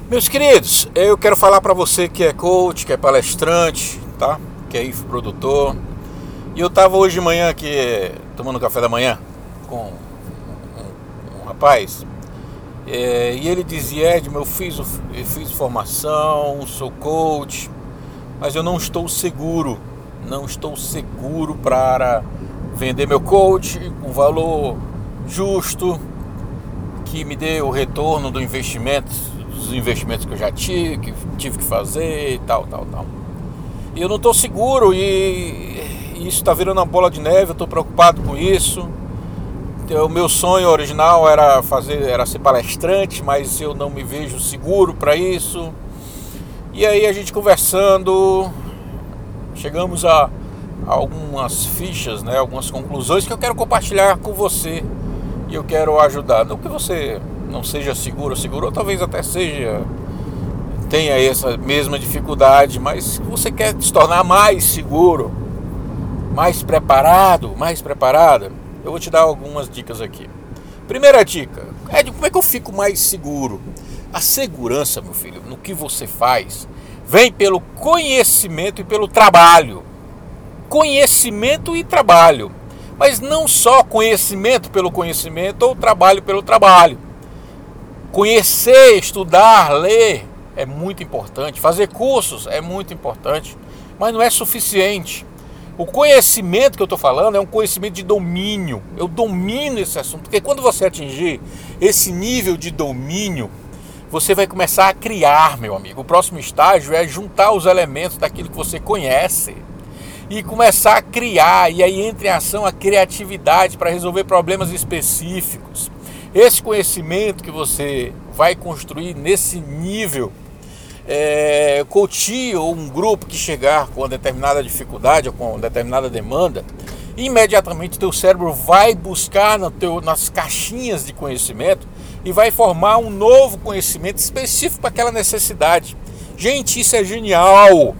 Meus queridos, eu quero falar para você que é coach, que é palestrante, tá? Que é infoprodutor. E eu tava hoje de manhã aqui tomando café da manhã com um rapaz. E ele dizia: Edmo, eu fiz formação, sou coach, mas eu não estou seguro para vender meu coach com valor justo, que me dê o retorno dos investimentos que eu já tive que fazer e tal. E eu não estou seguro e isso está virando uma bola de neve, eu estou preocupado com isso. O meu sonho original era ser palestrante, mas eu não me vejo seguro para isso. E aí a gente conversando, chegamos a algumas fichas, né, algumas conclusões que eu quero compartilhar com você. E eu quero ajudar, não que você não seja seguro, ou talvez até tenha essa mesma dificuldade, mas você quer se tornar mais seguro, mais preparada, eu vou te dar algumas dicas aqui. Primeira dica: como é que eu fico mais seguro? A segurança, meu filho, no que você faz, vem pelo conhecimento e pelo trabalho. Conhecimento e trabalho. Mas não só conhecimento pelo conhecimento ou trabalho pelo trabalho. Conhecer, estudar, ler é muito importante. Fazer cursos é muito importante, mas não é suficiente. O conhecimento que eu estou falando é um conhecimento de domínio. Eu domino esse assunto, porque quando você atingir esse nível de domínio, você vai começar a criar, meu amigo. O próximo estágio é juntar os elementos daquilo que você conhece e começar a criar, e aí entra em ação a criatividade para resolver problemas específicos. Esse conhecimento que você vai construir nesse nível, coach ou um grupo que chegar com uma determinada dificuldade ou com uma determinada demanda, imediatamente o teu cérebro vai buscar nas caixinhas de conhecimento e vai formar um novo conhecimento específico para aquela necessidade. Gente, isso é genial!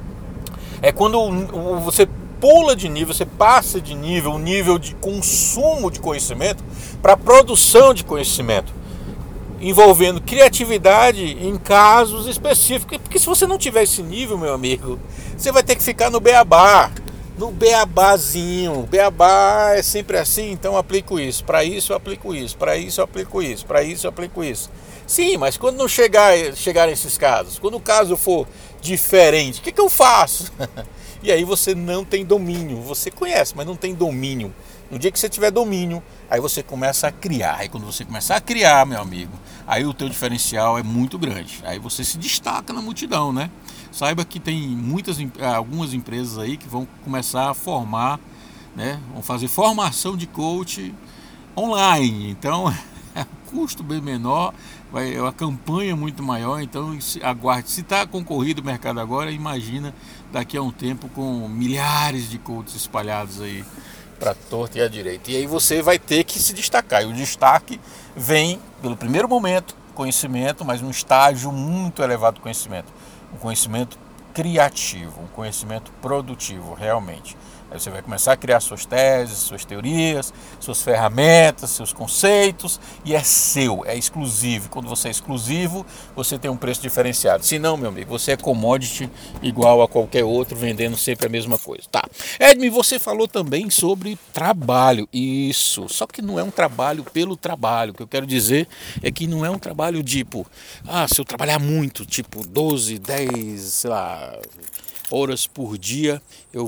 É quando você pula de nível, você passa de nível, um nível de consumo de conhecimento para produção de conhecimento, envolvendo criatividade em casos específicos. Porque se você não tiver esse nível, meu amigo, você vai ter que ficar no beabá, no beabazinho. Beabá é sempre assim, então eu aplico isso, para isso eu aplico isso, para isso eu aplico isso, para isso eu aplico isso. Sim, mas quando não chegar esses casos, quando o caso for diferente, o que eu faço? E aí você não tem domínio. Você conhece, mas não tem domínio. No dia que você tiver domínio, aí você começa a criar. Aí quando você começar a criar, meu amigo, aí o teu diferencial é muito grande. Aí você se destaca na multidão, né? Saiba que tem algumas empresas aí que vão começar a formar, né? Vão fazer formação de coach online. Então custo bem menor, vai uma campanha muito maior, então aguarde. Se está concorrido o mercado agora, imagina daqui a um tempo com milhares de coaches espalhados aí para torta e à direita. E aí você vai ter que se destacar. E o destaque vem pelo primeiro momento, conhecimento, mas um estágio muito elevado de conhecimento. Um conhecimento criativo, um conhecimento produtivo, realmente. Aí você vai começar a criar suas teses, suas teorias, suas ferramentas, seus conceitos, e é seu, é exclusivo. Quando você é exclusivo, você tem um preço diferenciado. Se não, meu amigo, você é commodity igual a qualquer outro, vendendo sempre a mesma coisa. Tá. Edmi, você falou também sobre trabalho. Isso, só que não é um trabalho pelo trabalho. O que eu quero dizer é que não é um trabalho tipo, se eu trabalhar muito, tipo 12, 10, sei lá, horas por dia, eu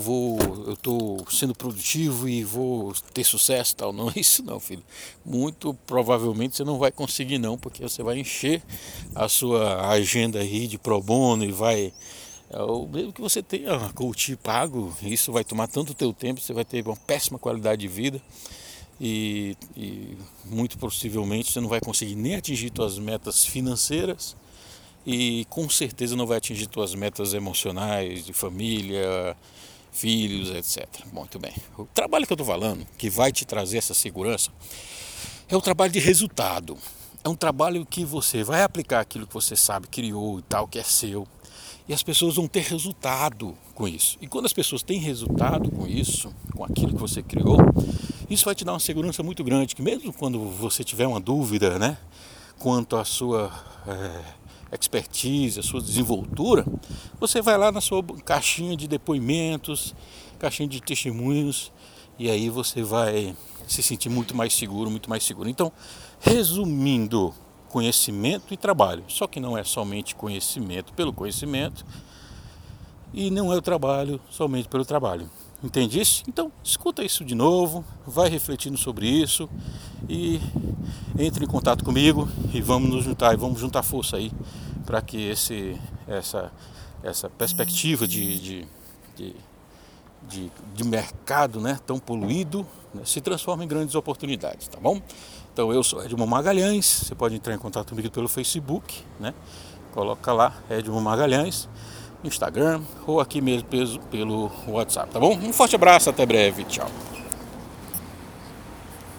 estou sendo produtivo e vou ter sucesso e tal. Não é isso não, filho. Muito provavelmente você não vai conseguir não, porque você vai encher a sua agenda aí de pro bono e vai... mesmo que você tenha coach pago, isso vai tomar tanto teu tempo, você vai ter uma péssima qualidade de vida e muito possivelmente você não vai conseguir nem atingir suas metas financeiras. E com certeza não vai atingir suas metas emocionais, de família, filhos, etc. Muito bem. O trabalho que eu estou falando, que vai te trazer essa segurança, é o trabalho de resultado. É um trabalho que você vai aplicar aquilo que você sabe, criou e tal, que é seu. E as pessoas vão ter resultado com isso. E quando as pessoas têm resultado com isso, com aquilo que você criou, isso vai te dar uma segurança muito grande, que mesmo quando você tiver uma dúvida, né? quanto à sua expertise, a sua desenvoltura, você vai lá na sua caixinha de depoimentos, caixinha de testemunhos, e aí você vai se sentir muito mais seguro, muito mais seguro. Então, resumindo, conhecimento e trabalho. Só que não é somente conhecimento pelo conhecimento e não é o trabalho somente pelo trabalho. Entende isso? Então, escuta isso de novo, vai refletindo sobre isso e entre em contato comigo e vamos nos juntar e vamos juntar força aí para que essa perspectiva de mercado, né, tão poluído, né, se transforme em grandes oportunidades, tá bom? Então eu sou Edmond Magalhães, você pode entrar em contato comigo pelo Facebook, né? Coloca lá Edmond Magalhães, Instagram ou aqui mesmo pelo WhatsApp, tá bom? Um forte abraço, até breve, tchau.